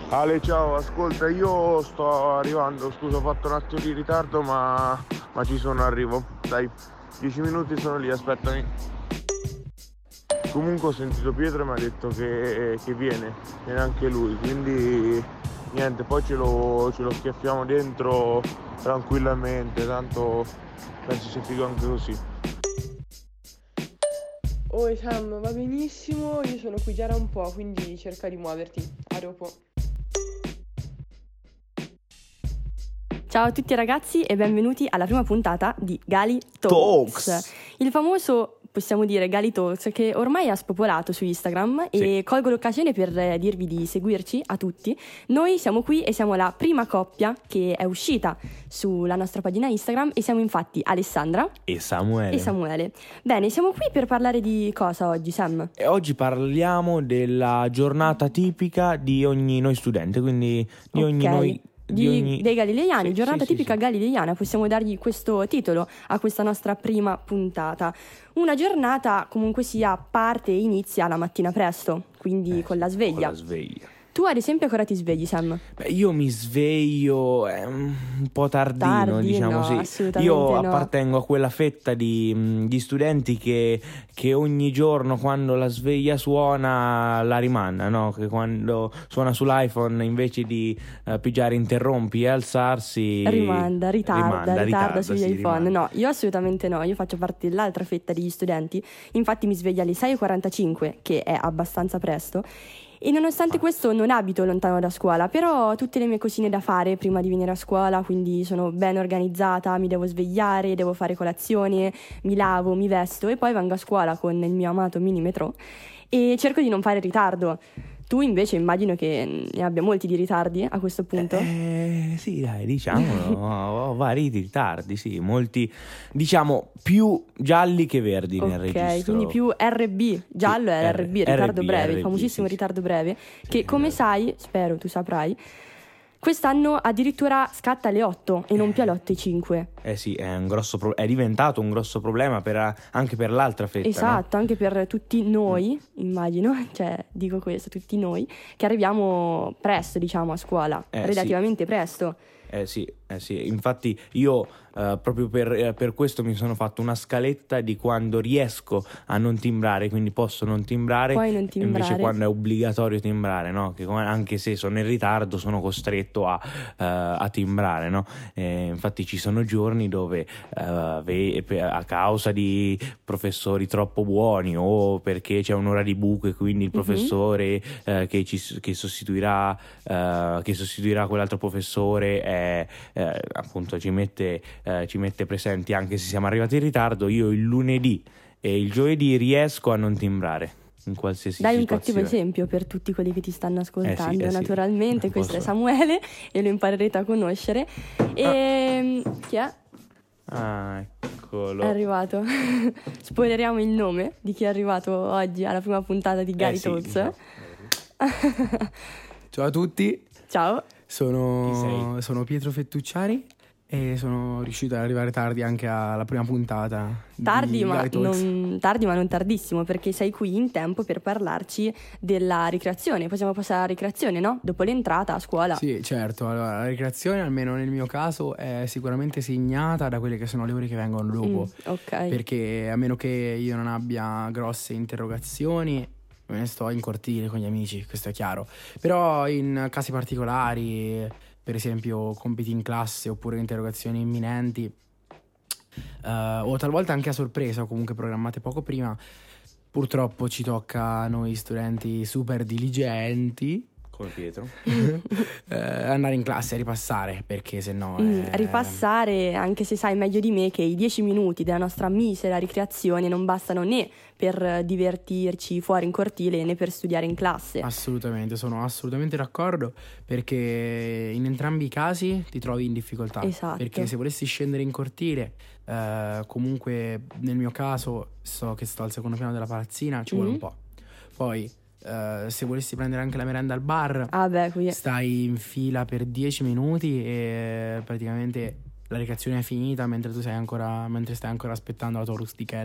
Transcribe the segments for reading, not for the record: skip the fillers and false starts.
Ale, ciao, ascolta, io sto arrivando, scusa, ho fatto un attimo di ritardo, ma ci sono, arrivo. Dai, 10 minuti sono lì, aspettami. Comunque ho sentito Pietro e mi ha detto che viene anche lui, quindi niente, poi ce lo schiaffiamo dentro tranquillamente, tanto penso sia figo anche così. Oi Sam, va benissimo, io sono qui già da un po', quindi cerca di muoverti. A dopo. Ciao a tutti ragazzi e benvenuti alla prima puntata di Gali Talks. Il famoso, possiamo dire, Gali Talks, che ormai ha spopolato su Instagram e colgo l'occasione per dirvi di seguirci a tutti. Noi siamo qui e siamo la prima coppia che è uscita sulla nostra pagina Instagram e siamo infatti Alessandra e Samuele. Bene, siamo qui per parlare di cosa oggi, Sam? E oggi parliamo della giornata tipica di ogni noi studente, quindi di ogni noi... Dei galileiani, giornata tipica galileiana, possiamo dargli questo titolo a questa nostra prima puntata. Una giornata comunque sia parte e inizia la mattina presto, quindi con la sveglia. Tu ad esempio a che ora ti svegli, Sam? Beh, io mi sveglio un po' tardino, diciamo. No, sì. assolutamente Io no. appartengo a quella fetta di studenti che ogni giorno quando la sveglia suona la rimanda, no? Che quando suona sull'iPhone invece di pigiare interrompi e alzarsi ritarda sugli sì, iPhone. rimanda. No, io assolutamente no, io faccio parte dell'altra fetta degli studenti, infatti mi sveglio alle 6:45, che è abbastanza presto. E nonostante questo non abito lontano da scuola, però ho tutte le mie cosine da fare prima di venire a scuola, quindi sono ben organizzata, mi devo svegliare, devo fare colazione, mi lavo, mi vesto e poi vengo a scuola con il mio amato mini metro e cerco di non fare ritardo. Tu invece immagino che ne abbia molti di ritardi a questo punto. Sì, dai, diciamo, ho vari ritardi, sì, molti, diciamo, più gialli che verdi nel registro. Ok, quindi più RB, giallo è RB, ritardo breve, il famosissimo sì. ritardo breve, che come sai, spero tu saprai, quest'anno addirittura scatta alle 8 e non più alle 8:05. Sì, è diventato un grosso problema anche per l'altra fetta. Esatto, no? Anche per tutti noi, immagino, cioè dico questo, tutti noi, che arriviamo presto, diciamo, a scuola, relativamente presto. Sì, infatti io proprio per questo mi sono fatto una scaletta di quando riesco a non timbrare, quindi posso non timbrare, poi non timbrare. Invece quando è obbligatorio timbrare, no? Che anche se sono in ritardo sono costretto a timbrare, no? Infatti ci sono giorni dove a causa di professori troppo buoni o perché c'è un'ora di buco e quindi il professore che sostituirà quell'altro professore appunto ci mette presenti anche se siamo arrivati in ritardo, io il lunedì e il giovedì riesco a non timbrare in qualsiasi Dai situazione. un cattivo esempio per tutti quelli che ti stanno ascoltando, naturalmente. Sì. Questo è Samuele e lo imparerete a conoscere. E chi è? Ah, eccolo. È arrivato. Spoileriamo il nome di chi è arrivato oggi alla prima puntata di Gali Talks. Diciamo. Ciao a tutti. Ciao. Sono Pietro Fettucciari e sono riuscito ad arrivare tardi anche alla prima puntata. Tardi ma non tardissimo, perché sei qui in tempo per parlarci della ricreazione. Possiamo passare alla ricreazione, no? Dopo l'entrata a scuola. Sì, certo. Allora, la ricreazione, almeno nel mio caso, è sicuramente segnata da quelle che sono le ore che vengono dopo. Ok. Perché a meno che io non abbia grosse interrogazioni, me ne sto in cortile con gli amici, questo è chiaro. Però in casi particolari, per esempio compiti in classe oppure interrogazioni imminenti, o talvolta anche a sorpresa o comunque programmate poco prima, purtroppo ci tocca a noi studenti super diligenti come Pietro andare in classe a ripassare, perché se no ripassare, anche se sai meglio di me che i 10 minuti della nostra misera ricreazione non bastano né per divertirci fuori in cortile né per studiare in classe. Assolutamente, sono assolutamente d'accordo, perché in entrambi i casi ti trovi in difficoltà. Esatto. Perché se volessi scendere in cortile, comunque nel mio caso so che sto al secondo piano della palazzina, ci vuole un po'. Poi se volessi prendere anche la merenda al bar, stai in fila per 10 minuti e praticamente la ricreazione è finita mentre stai ancora aspettando la tua rustichella.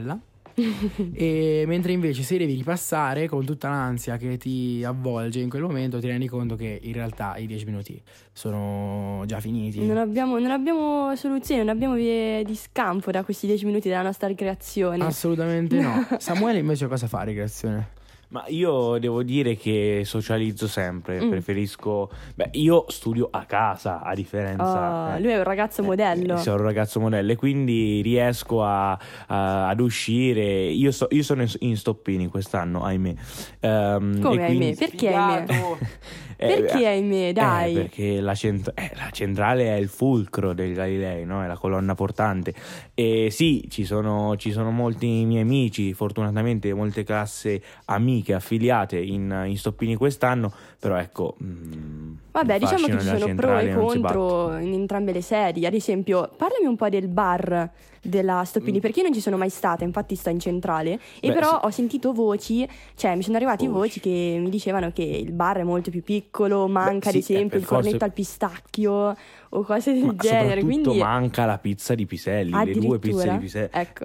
E mentre invece se devi ripassare con tutta l'ansia che ti avvolge in quel momento, ti rendi conto che in realtà i 10 minuti sono già finiti. Non abbiamo soluzioni, non abbiamo vie di scampo da questi 10 minuti della nostra ricreazione. Assolutamente no. Samuele invece cosa fa a ricreazione? Ma io devo dire che socializzo sempre, preferisco... Beh, io studio a casa, a differenza... Lui è un ragazzo modello. Sono un ragazzo modello e quindi riesco ad uscire. Io sono in stoppini quest'anno, ahimè. Come ahimè? Perché ahimè? Perché ahimè? Dai. Perché la centrale è il fulcro del Galilei, no? È la colonna portante. E sì, ci sono molti miei amici, fortunatamente molte classi amiche affiliate in stoppini quest'anno, però ecco, vabbè, diciamo che ci sono pro e non si contro in entrambe le sedi. Ad esempio, parlami un po' del bar della Stoppini, perché io non ci sono mai stata, infatti sto in centrale, e però ho sentito voci, cioè mi sono arrivati voci che mi dicevano che il bar è molto più piccolo, manca ad esempio il cornetto al pistacchio o cose del genere, quindi manca la pizza di piselli, le 2 pizze di piselli, ecco.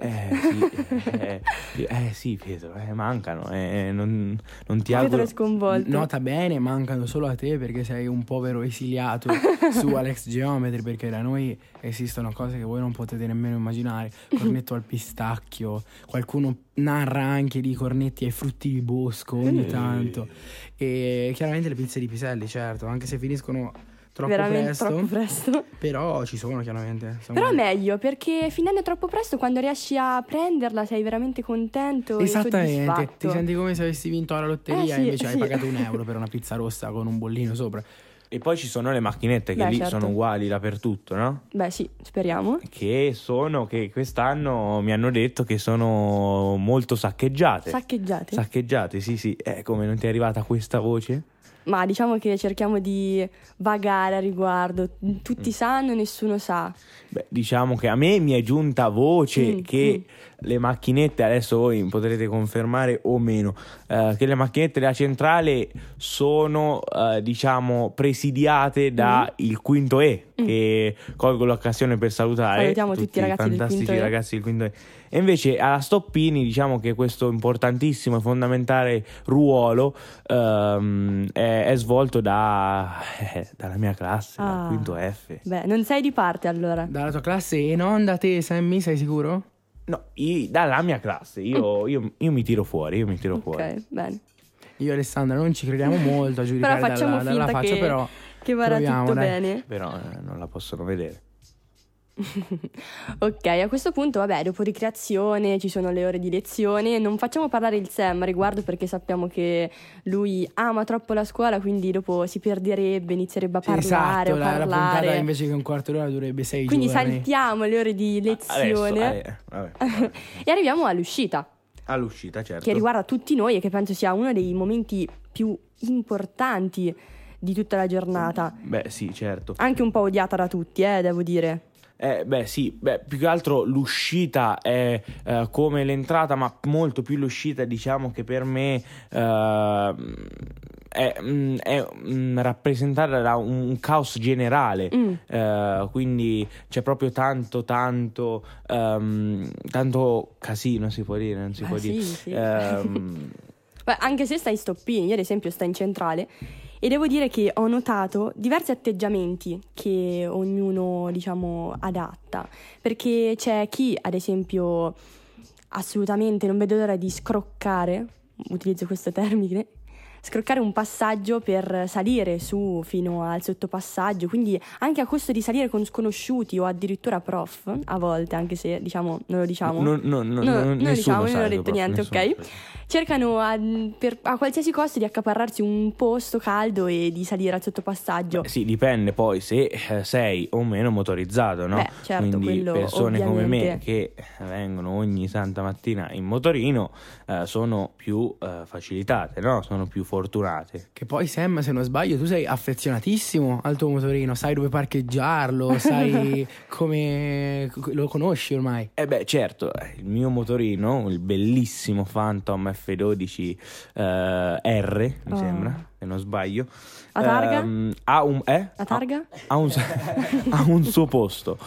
Sì, Pietro, mancano, non ti Pietro auguro. è sconvolto. Nota bene, mancano solo a te perché sei un povero esiliato su Alex Geometry, perché da noi esistono cose che voi non potete nemmeno immaginare. Cornetto al pistacchio, qualcuno narra anche di cornetti ai frutti di bosco ogni tanto, e chiaramente le pizze di piselli, certo, anche se finiscono veramente troppo presto. Però ci sono chiaramente. Però è meglio, perché finendo troppo presto, quando riesci a prenderla sei veramente contento. Esattamente, e soddisfatto. ti senti come se avessi vinto alla lotteria, sì, invece hai pagato €1 per una pizza rossa con un bollino sopra. E poi ci sono le macchinette che lì certo. sono uguali dappertutto, no? Beh sì, speriamo. Che quest'anno mi hanno detto che sono molto saccheggiate. Saccheggiate, sì. Come non ti è arrivata questa voce? Ma diciamo che cerchiamo di vagare a riguardo. Tutti sanno, nessuno sa. Beh, diciamo che a me mi è giunta voce che le macchinette, adesso voi potrete confermare o meno, che le macchinette della centrale sono diciamo presidiate da il quinto E, che colgo l'occasione per salutare. Salutiamo tutti i ragazzi del quinto E. Ragazzi del quinto E. E invece alla Stoppini diciamo che questo importantissimo e fondamentale ruolo è svolto dalla mia classe, dal quinto F. Beh, non sei di parte allora. Dalla tua classe e non da te, Sammy, sei sicuro? No, dalla mia classe, io mi tiro fuori, Ok, bene. Io e Alessandra non ci crediamo molto a giudicare però facciamo dalla finta faccia, però che vada proviamo, tutto dai. bene. Però non la possono vedere. Ok, a questo punto, vabbè, dopo ricreazione ci sono le ore di lezione. Non facciamo parlare il Sam a riguardo perché sappiamo che lui ama troppo la scuola, quindi dopo si perderebbe, inizierebbe a parlare, esatto, a parlare. la puntata invece che un quarto d'ora durerebbe 6 quindi giorni. saltiamo le ore di lezione vabbè. e arriviamo all'uscita. All'uscita, certo. Che riguarda tutti noi e che penso sia uno dei momenti più importanti di tutta la giornata. Beh, sì, certo. Anche un po' odiata da tutti, devo dire. Più che altro l'uscita è come l'entrata, ma molto più l'uscita, diciamo che per me è rappresentata da un caos generale, quindi c'è proprio tanto casino, si può dire, non si può dire. Sì. Beh, anche se stai in Stoppini, io ad esempio sto in centrale. E devo dire che ho notato diversi atteggiamenti che ognuno, diciamo, adatta. Perché c'è chi, ad esempio, assolutamente non vede l'ora di scroccare, utilizzo questo termine, scroccare un passaggio per salire su fino al sottopassaggio, quindi anche a costo di salire con sconosciuti o addirittura prof, a volte, anche se diciamo non lo diciamo. Non ho detto niente, ok? Cercano a qualsiasi costo di accaparrarsi un posto caldo e di salire al sottopassaggio. Sì, dipende poi se sei o meno motorizzato, no? Beh, certo, quindi quello persone ovviamente. come me che vengono ogni santa mattina in motorino sono più facilitate, no? Sono più fortunate. Che poi Sam, se non sbaglio, tu sei affezionatissimo al tuo motorino, sai dove parcheggiarlo, sai come lo conosci ormai. Certo, il mio motorino, il bellissimo Phantom F12 R, mi sembra. se non sbaglio. A Targa? Ha un A Targa? ha un suo posto.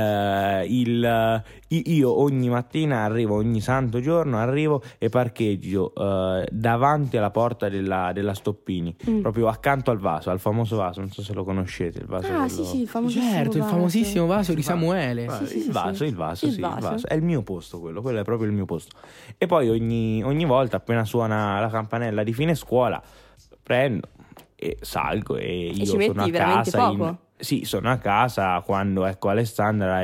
Io ogni mattina arrivo, ogni santo giorno arrivo e parcheggio davanti alla porta della Stoppini, proprio accanto al vaso, al famoso vaso, non so se lo conoscete, il vaso. Ah, sì, il famosissimo Certo, il vaso. famosissimo vaso di Samuele. Il vaso, il vaso. È il mio posto quello è proprio il mio posto. E poi ogni volta appena suona la campanella di fine scuola prendo e salgo e io ci metti sono a veramente casa poco? Sì, sono a casa quando Alessandra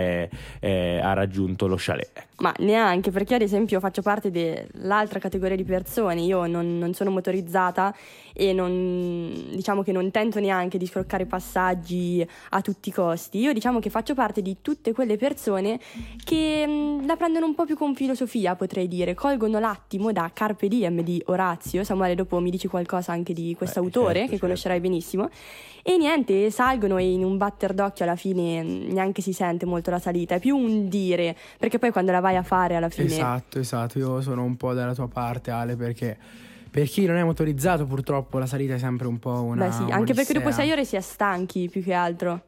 ha raggiunto lo chalet. Ma neanche, perché ad esempio faccio parte dell'altra categoria di persone. Io non sono motorizzata e diciamo che non tento neanche di scroccare passaggi a tutti i costi. Io diciamo che faccio parte di tutte quelle persone che la prendono un po' più con filosofia, potrei dire. Colgono l'attimo da Carpe Diem di Orazio. Samuele, dopo mi dici qualcosa anche di questo autore, certo, che conoscerai benissimo. E niente, salgono e in un batter d'occhio alla fine neanche si sente molto la salita. È più un dire, perché poi quando la vai a fare alla fine... Esatto, io sono un po' dalla tua parte, Ale, perché per chi non è motorizzato purtroppo la salita è sempre un po' una... Beh sì, anche perché dopo odissea. 6 ore si è stanchi più che altro.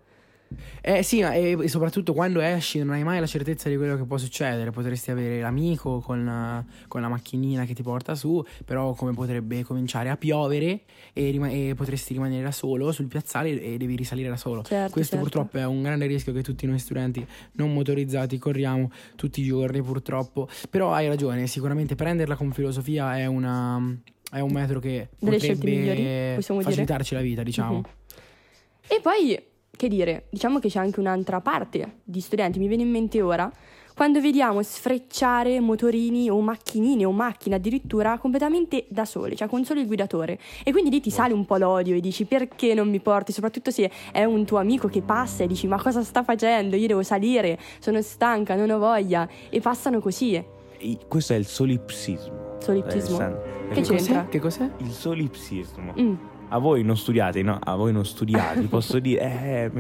Sì, e soprattutto quando esci non hai mai la certezza di quello che può succedere. Potresti avere l'amico con la macchinina che ti porta su, però come potrebbe cominciare a piovere e potresti rimanere da solo sul piazzale e devi risalire da solo. Certo, Questo certo. purtroppo è un grande rischio che tutti noi studenti non motorizzati corriamo tutti i giorni purtroppo. Però hai ragione, sicuramente prenderla con filosofia è un metodo che Delle scelte migliori, potrebbe possiamo dire. facilitarci la vita, diciamo. Mhm. E poi, che dire, diciamo che c'è anche un'altra parte di studenti, mi viene in mente ora, quando vediamo sfrecciare motorini o macchinine o macchine addirittura completamente da sole, cioè con solo il guidatore. E quindi lì ti sale un po' l'odio e dici perché non mi porti, soprattutto se è un tuo amico che passa e dici ma cosa sta facendo, io devo salire, sono stanca, non ho voglia, e passano così. Questo è il solipsismo. Solipsismo? Alessandra. Che c'entra? Che cos'è? Il solipsismo. Mm. A voi non studiate, no? A voi non studiate. Posso dire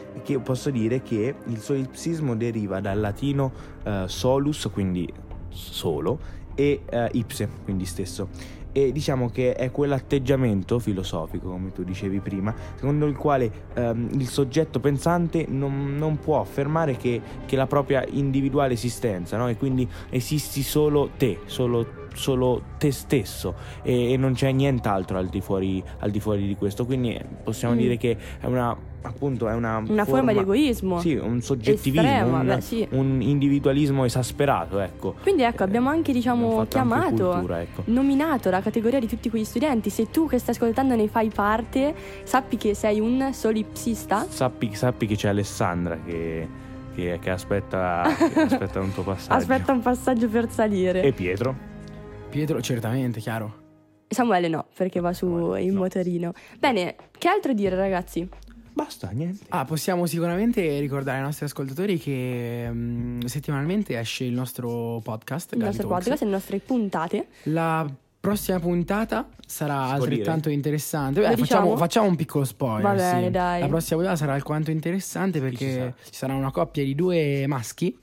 che il solipsismo deriva dal latino solus, quindi solo, e ipse, quindi stesso. E diciamo che è quell'atteggiamento filosofico, come tu dicevi prima, secondo il quale il soggetto pensante non può affermare che la propria individuale esistenza, no? E quindi esisti solo te, solo te stesso, e non c'è nient'altro al di fuori di questo. Quindi possiamo dire che è una forma di egoismo. Sì, un soggettivismo, estrema, sì. un individualismo esasperato, ecco. Quindi ecco, abbiamo anche Abbiamo fatto anche cultura, ecco. nominato la categoria di tutti quegli studenti. Se tu che stai ascoltando ne fai parte, sappi che sei un solipsista. Sappi che c'è Alessandra che aspetta un tuo passaggio. Aspetta un passaggio per salire. E Pietro? Pietro, certamente, chiaro. Samuele no, perché va su in motorino. Bene, che altro dire, ragazzi? Basta, niente. Possiamo sicuramente ricordare ai nostri ascoltatori che settimanalmente esce il nostro podcast, Il nostro podcast e le nostre puntate. La prossima puntata sarà altrettanto interessante. Lo diciamo? Facciamo un piccolo spoiler. Va bene, sì. dai. La prossima puntata sarà alquanto interessante perché ci sarà una coppia di 2 maschi.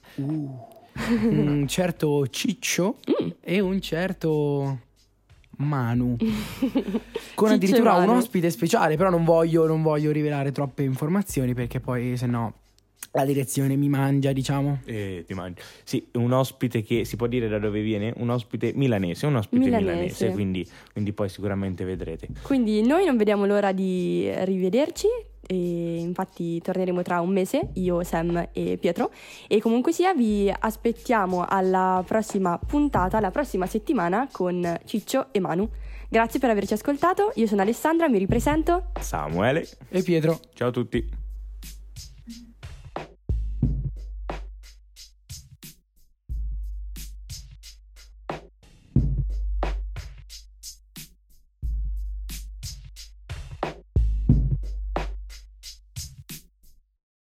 Un certo Ciccio e un certo Manu, con addirittura un ospite speciale. Però non voglio rivelare troppe informazioni perché poi sennò la direzione mi mangia, diciamo. Ti mangi. Sì, un ospite che si può dire da dove viene, un ospite milanese, quindi poi sicuramente vedrete. Quindi noi non vediamo l'ora di rivederci. E infatti torneremo tra un mese, io, Sam e Pietro, e comunque sia vi aspettiamo alla prossima puntata, la prossima settimana, con Ciccio e Manu. Grazie per averci ascoltato, io sono Alessandra, mi ripresento, Samuele e Pietro. Ciao a tutti.